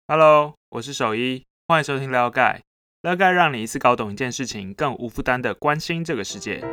Hello，我是守一，欢迎收听聊盖。聊盖让你一次搞懂一件事情，更无负担的关心这个世界。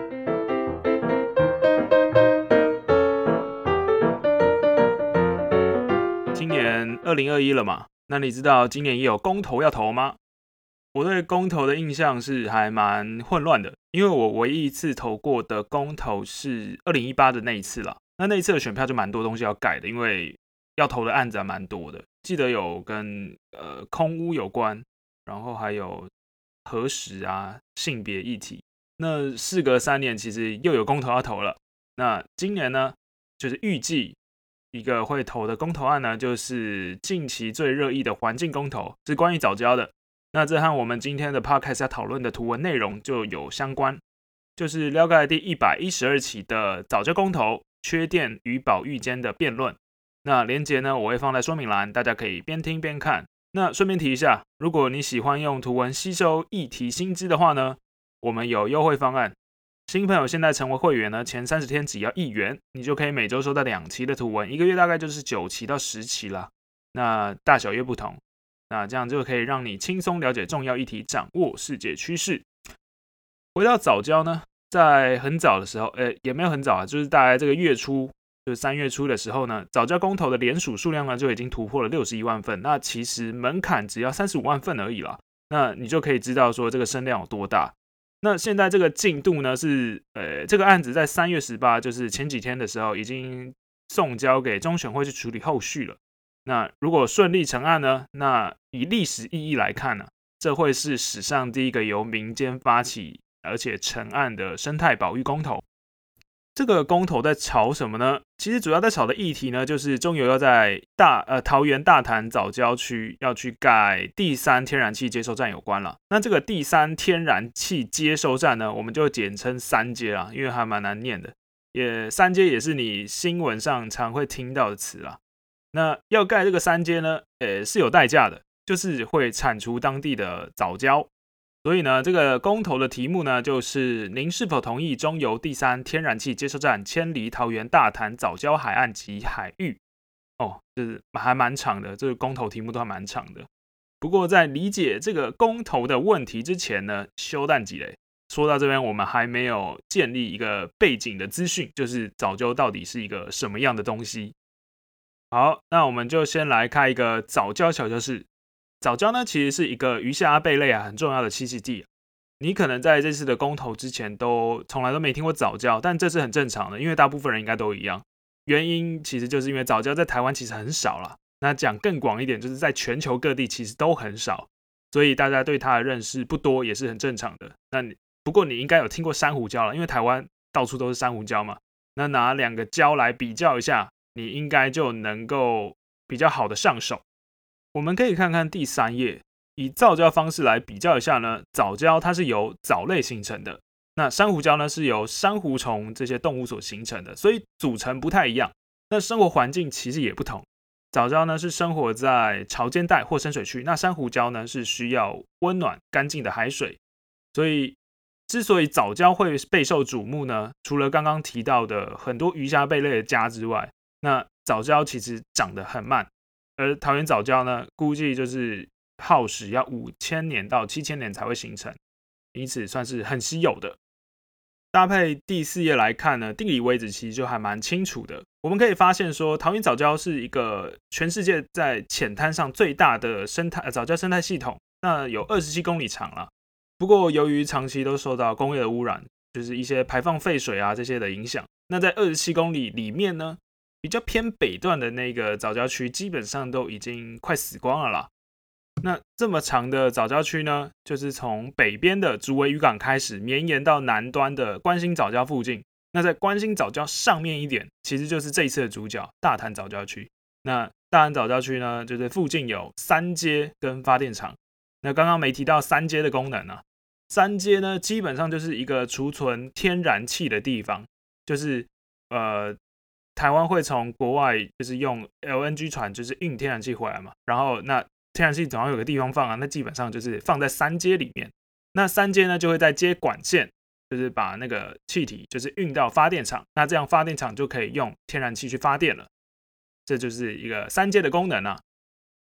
今年2021了嘛，那你知道今年也有公投要投吗？我对公投的印象是还蛮混乱的，因为我唯一一次投过的公投是2018的那一次啦。那一次的选票就蛮多东西要改的，因为要投的案子还蛮多的。记得有跟空屋有关，然后还有核实啊、性别议题。那事隔3年，其实又有公投要投了。那今年呢，就是预计一个会投的公投案呢，就是近期最热议的环境公投，是关于藻礁的。那这和我们今天的 podcast 要讨论的图文内容就有相关，就是了解第112期的藻礁公投缺电与保育间的辩论。那连结呢，我会放在说明栏，大家可以边听边看。那顺便提一下，如果你喜欢用图文吸收议题新知的话呢，我们有优惠方案。新朋友现在成为会员呢，前30天只要1元，你就可以每周收到2期的图文，一个月大概就是9期到10期啦。那大小约不同，那这样就可以让你轻松了解重要议题，掌握世界趋势。回到藻礁呢，在很早的时候，也没有很早啊，就是大概这个月初，就是3月初的时候呢，藻礁公投的联署数量呢就已经突破了61万份。那其实门槛只要35万份而已啦，那你就可以知道说这个声量有多大。那现在这个进度呢是，这个案子在3月18，就是前几天的时候，已经送交给中选会去处理后续了。那如果顺利成案呢，那以历史意义来看呢，这会是史上第一个由民间发起而且成案的生态保育公投。这个公投在吵什么呢？其实主要在吵的议题呢，就是中油要在桃园大潭藻礁区要去盖第3天然气接收站有关了。那这个第3天然气接收站呢，我们就简称3接啦，因为还蛮难念的。3接也是你新闻上常会听到的词啦。那要盖这个3接呢，是有代价的，就是会铲除当地的藻礁。所以呢，这个公投的题目呢，就是您是否同意中油第3天然气接收站迁离桃园大潭藻礁海岸及海域？就是还蛮长的，这个公投题目都还蛮长的。不过在理解这个公投的问题之前呢，休蛋几嘞。说到这边，我们还没有建立一个背景的资讯，就是藻礁到底是一个什么样的东西。好，那我们就先来看一个藻礁小教室。藻礁呢，其实是一个鱼虾贝类很重要的栖息地。你可能在这次的公投之前从来都没听过藻礁，但这是很正常的，因为大部分人应该都一样。原因其实就是因为藻礁在台湾其实很少啦。那讲更广一点，就是在全球各地其实都很少，所以大家对它的认识不多也是很正常的。不过你应该有听过珊瑚礁了，因为台湾到处都是珊瑚礁嘛。那拿2个礁来比较一下，你应该就能够比较好的上手。我们可以看看第3页，以造礁方式来比较一下呢，藻礁它是由藻类形成的，那珊瑚礁呢是由珊瑚虫这些动物所形成的，所以组成不太一样。那生活环境其实也不同，藻礁呢是生活在潮间带或深水区，那珊瑚礁呢是需要温暖干净的海水。所以之所以藻礁会备受瞩目呢，除了刚刚提到的很多鱼虾贝类的家之外，那藻礁其实长得很慢。而桃园藻礁呢，估计就是耗时要5000年到7000年才会形成，因此算是很稀有的。搭配第4页来看呢，地理位置其实就还蛮清楚的。我们可以发现说，桃园藻礁是一个全世界在浅滩上最大的藻礁生态系统，那有27公里长啦。不过由于长期都受到工业的污染，就是一些排放废水这些的影响，那在27公里里面呢，比较偏北段的那个藻礁区基本上都已经快死光了啦。那这么长的藻礁区呢，就是从北边的竹围渔港开始绵延到南端的关心藻礁附近。那在关心藻礁上面一点，其实就是这一次的主角大潭藻礁区。那大潭藻礁区呢，就是附近有3接跟发电厂。那刚刚没提到3接的功能啊，3接呢基本上就是一个储存天然气的地方，就是台湾会从国外就是用 LNG 船就是运天然气回来嘛，然后那天然气总要有个地方放啊，那基本上就是放在3接里面。那3接呢就会再接管线，就是把那个气体就是运到发电厂，那这样发电厂就可以用天然气去发电了。这就是一个3接的功能啊。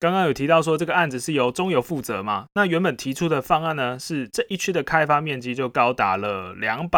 刚刚有提到说这个案子是由中油负责嘛，那原本提出的方案呢是这一区的开发面积就高达了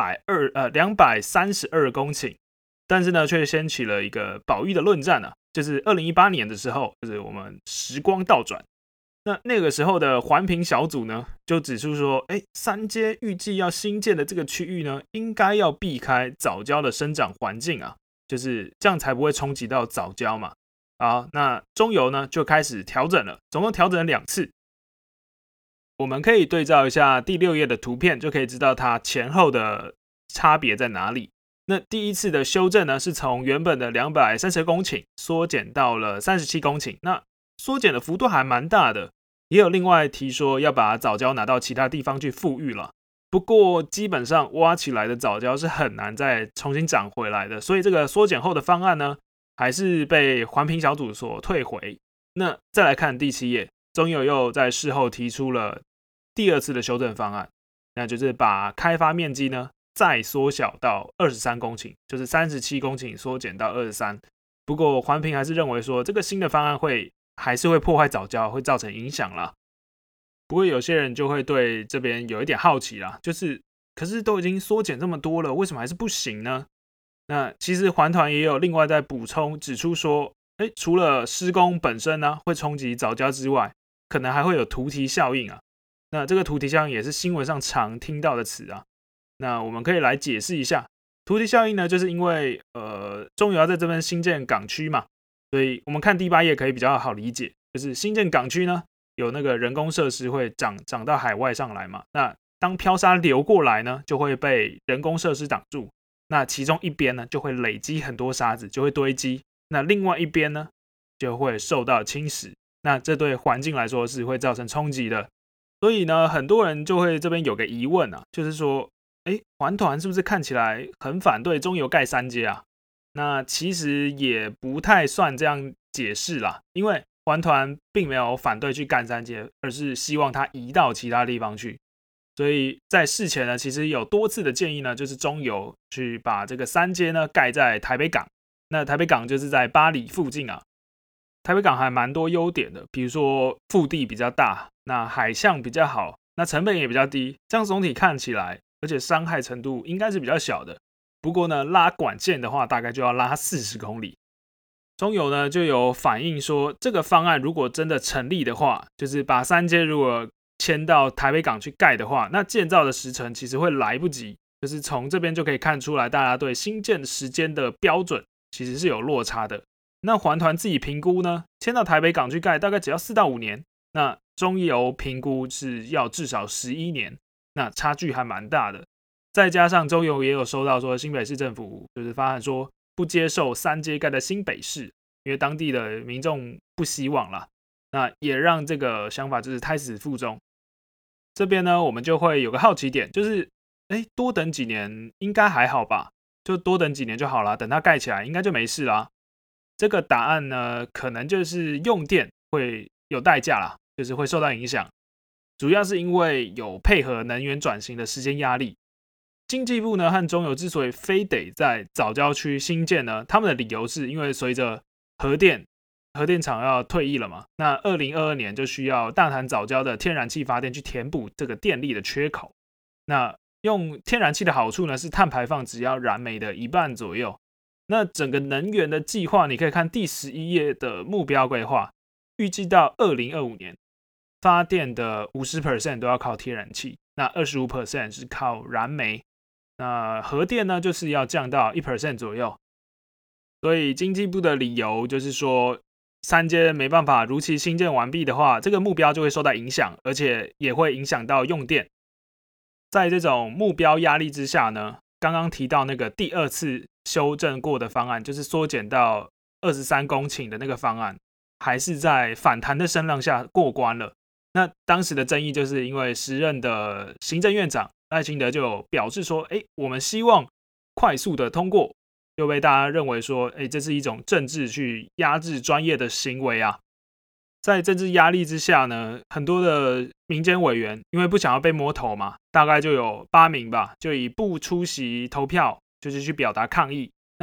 232公顷，但是呢却掀起了一个保育的论战啊，就是2018年的时候，就是我们时光倒转，那个时候的环评小组呢就指出说，三接预计要新建的这个区域呢，应该要避开藻礁的生长环境啊，就是这样才不会冲击到藻礁嘛。好，那中油呢就开始调整了，总共调整了2次。我们可以对照一下第6页的图片，就可以知道它前后的差别在哪里。那第一次的修正呢，是从原本的230公顷缩减到了37公顷，那缩减的幅度还蛮大的。也有另外提说要把藻礁拿到其他地方去复育了，不过基本上挖起来的藻礁是很难再重新长回来的，所以这个缩减后的方案呢，还是被环评小组所退回。那再来看第7页，中油又在事后提出了第2次的修正方案，那就是把开发面积呢再缩小到23公顷，就是37公顷缩减到23。不过环评还是认为说这个新的方案还是会破坏藻礁，会造成影响啦。不过有些人就会对这边有一点好奇啦，就是可是都已经缩减这么多了，为什么还是不行呢？那其实环团也有另外在补充指出说，除了施工本身呢会冲击藻礁之外，可能还会有突堤效应啊。那这个突堤效应也是新闻上常听到的词啊。那我们可以来解释一下，突堤效应呢，就是因为中油要在这边新建港区嘛，所以我们看第8页可以比较好理解，就是新建港区呢有那个人工设施会长到海外上来嘛，那当漂沙流过来呢，就会被人工设施挡住。那其中一边呢就会累积很多沙子，就会堆积，那另外一边呢就会受到侵蚀，那这对环境来说是会造成冲击的。所以呢很多人就会这边有个疑问啊，就是说环团是不是看起来很反对中油盖三接啊？那其实也不太算这样解释啦，因为环团并没有反对去盖三接，而是希望它移到其他地方去。所以在事前呢，其实有多次的建议呢，就是中油去把这个三接呢盖在台北港。那台北港就是在八里附近啊。台北港还蛮多优点的，比如说腹地比较大，那海象比较好，那成本也比较低，这样总体看起来，而且伤害程度应该是比较小的。不过呢，拉管线的话，大概就要拉40公里。中油呢就有反映说，这个方案如果真的成立的话，就是把三接如果迁到台北港去盖的话，那建造的时程其实会来不及。就是从这边就可以看出来，大家对新建时间的标准其实是有落差的。那环团自己评估呢，迁到台北港去盖大概只要4到5年，那中油评估是要至少11年，那差距还蛮大的。再加上中油也有收到说新北市政府就是发函说不接受三接盖在新北市，因为当地的民众不希望啦，那也让这个想法就是胎死腹中。这边呢我们就会有个好奇点，就是多等几年应该还好吧，就多等几年就好啦，等它盖起来应该就没事啦。这个答案呢可能就是用电会有代价啦，就是会受到影响，主要是因为有配合能源转型的时间压力。经济部呢和中油之所以非得在藻礁区新建呢，他们的理由是因为随着核电厂要退役了嘛，那2022年就需要大潭藻礁的天然气发电去填补这个电力的缺口。那用天然气的好处呢是碳排放只要燃煤的1半左右。那整个能源的计划你可以看第11页的目标规划，预计到2025年发电的 50% 都要靠天然气，那 25% 是靠燃煤，那核电呢就是要降到 1% 左右。所以经济部的理由就是说，三接没办法如期新建完毕的话，这个目标就会受到影响，而且也会影响到用电。在这种目标压力之下呢，刚刚提到那个第2次修正过的方案，就是缩减到23公顷的那个方案，还是在反弹的声浪下过关了。那当时的争议就是因为时任的行政院长赖清德就表示说，我们希望快速的通过，就被大家认为说，这是一种政治去压制专业的行为啊。在政治压力之下呢，很多的民间委员因为不想要被摸头嘛，大概就有8名吧，就以不出席投票就是去表达抗议。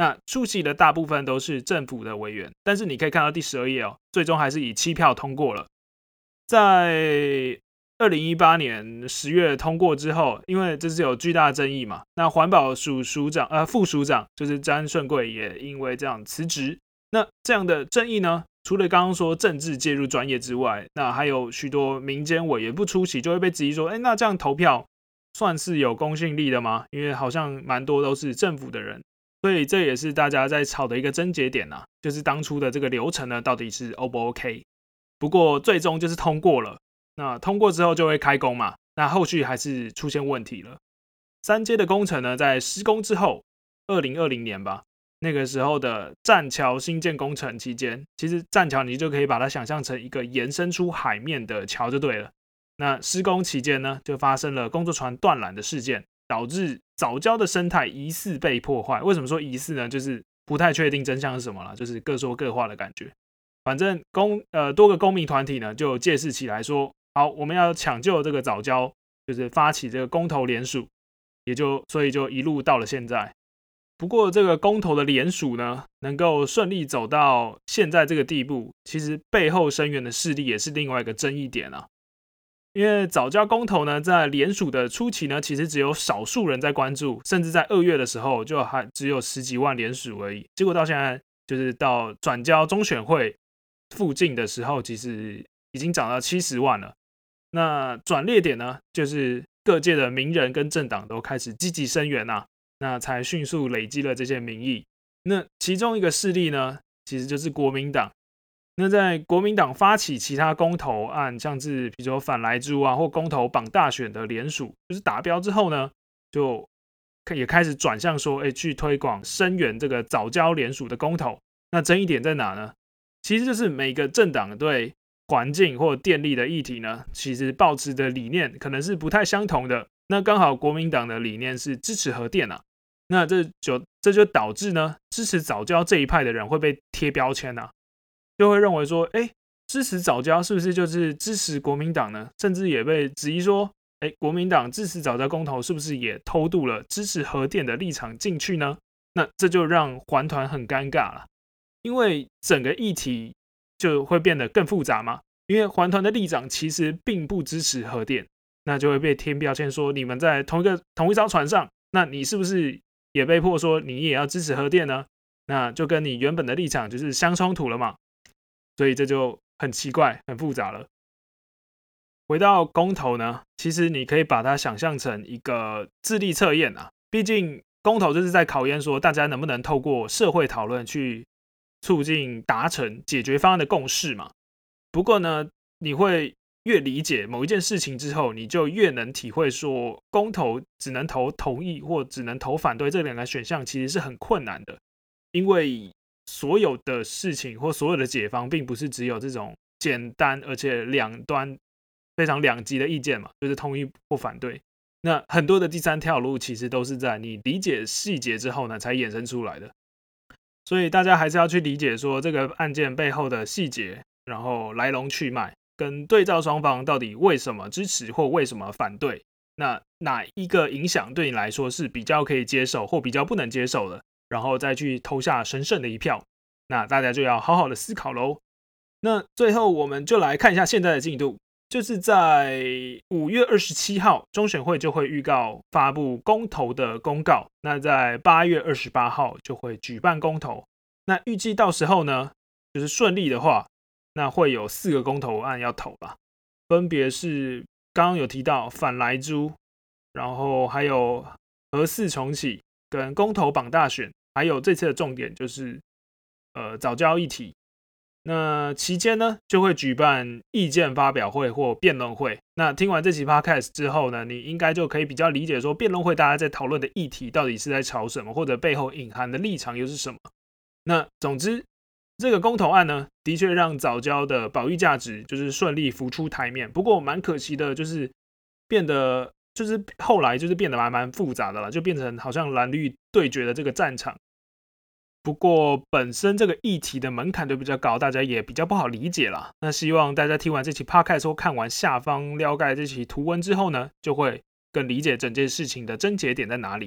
那出席的大部分都是政府的委员，但是你可以看到第12页哦，最终还是以7票通过了。在2018年10月通过之后，因为这是有巨大争议嘛，那环保署副署长就是詹顺贵也因为这样辞职。那这样的争议呢，除了刚刚说政治介入专业之外，那还有许多民间委员不出席，就会被质疑说，那这样投票算是有公信力的吗？因为好像蛮多都是政府的人，所以这也是大家在吵的一个症结点啊，就是当初的这个流程呢，到底是 O 不 OK？ 不过最终就是通过了。那通过之后就会开工嘛，那后续还是出现问题了。3阶的工程呢，在施工之后，2020年吧，那个时候的栈桥新建工程期间，其实栈桥你就可以把它想象成一个延伸出海面的桥就对了。那施工期间呢，就发生了工作船断缆的事件，导致藻礁的生态疑似被破坏。为什么说疑似呢？就是不太确定真相是什么啦，就是各说各话的感觉。反正多个公民团体呢就借势起来说，好，我们要抢救这个藻礁，就是发起这个公投联署，所以就一路到了现在。不过这个公投的联署呢，能够顺利走到现在这个地步，其实背后声援的势力也是另外一个争议点啊。因为藻礁公投呢，在联署的初期呢，其实只有少数人在关注，甚至在2月的时候就还只有10几万联署而已。结果到现在，就是到转交中选会附近的时候，其实已经涨到70万了。那转捩点呢，就是各界的名人跟政党都开始积极声援啊，那才迅速累积了这些民意。那其中一个势力呢，其实就是国民党。那在国民党发起其他公投案，像是比如说反莱猪啊，或公投绑大选的联署，就是达标之后呢，就也开始转向说，去推广声援这个藻礁联署的公投。那争议点在哪呢？其实就是每个政党对环境或电力的议题呢，其实抱持的理念可能是不太相同的。那刚好国民党的理念是支持核电啊，那这就导致呢，支持藻礁这一派的人会被贴标签啊，就会认为说，支持藻礁是不是就是支持国民党呢？甚至也被质疑说，国民党支持藻礁公投是不是也偷渡了支持核电的立场进去呢？那这就让环团很尴尬了，因为整个议题就会变得更复杂嘛。因为环团的立场其实并不支持核电，那就会被贴标签说你们在同一艘船上，那你是不是也被迫说你也要支持核电呢？那就跟你原本的立场就是相冲突了嘛。所以这就很奇怪、很复杂了。回到公投呢，其实你可以把它想象成一个智力测验啊。毕竟公投就是在考验说大家能不能透过社会讨论去促进达成解决方案的共识嘛。不过呢，你会越理解某一件事情之后，你就越能体会说公投只能投同意或只能投反对这2个选项其实是很困难的，因为所有的事情或所有的解方并不是只有这种简单而且两端非常两极的意见嘛，就是同意或反对。那很多的第三条路其实都是在你理解细节之后呢才衍生出来的。所以大家还是要去理解说这个案件背后的细节，然后来龙去脉，跟对照双方到底为什么支持或为什么反对，那哪一个影响对你来说是比较可以接受或比较不能接受的，然后再去投下神圣的一票。那大家就要好好的思考咯。那最后我们就来看一下现在的进度，就是在5月27号中选会就会预告发布公投的公告，那在8月28号就会举办公投。那预计到时候呢，就是顺利的话，那会有4个公投案要投啦，分别是刚刚有提到反莱猪，然后还有核四重启跟公投绑大选，还有这次的重点就是藻礁议题。那期间呢，就会举办意见发表会或辩论会。那听完这期 podcast 之后呢，你应该就可以比较理解说，辩论会大家在讨论的议题到底是在吵什么，或者背后隐含的立场又是什么。那总之，这个公投案呢，的确让藻礁的保育价值就是顺利浮出台面。不过蛮可惜的，就是变得就是后来就是变得蛮复杂的了，就变成好像蓝绿对决的这个战场。不过本身这个议题的门槛就比较高，大家也比较不好理解啦。那希望大家听完这期 podcast 或看完下方了解这期图文之后呢，就会更理解整件事情的症结点在哪里。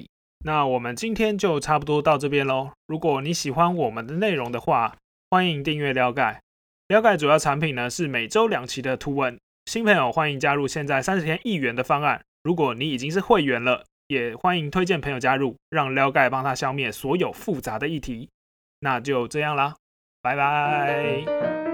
那我们今天就差不多到这边咯。如果你喜欢我们的内容的话，欢迎订阅撩盖。撩盖主要产品呢是每周2期的图文，新朋友欢迎加入现在30天1元的方案。如果你已经是会员了，也欢迎推荐朋友加入，让撩盖帮他消灭所有复杂的议题。那就这样啦，拜拜。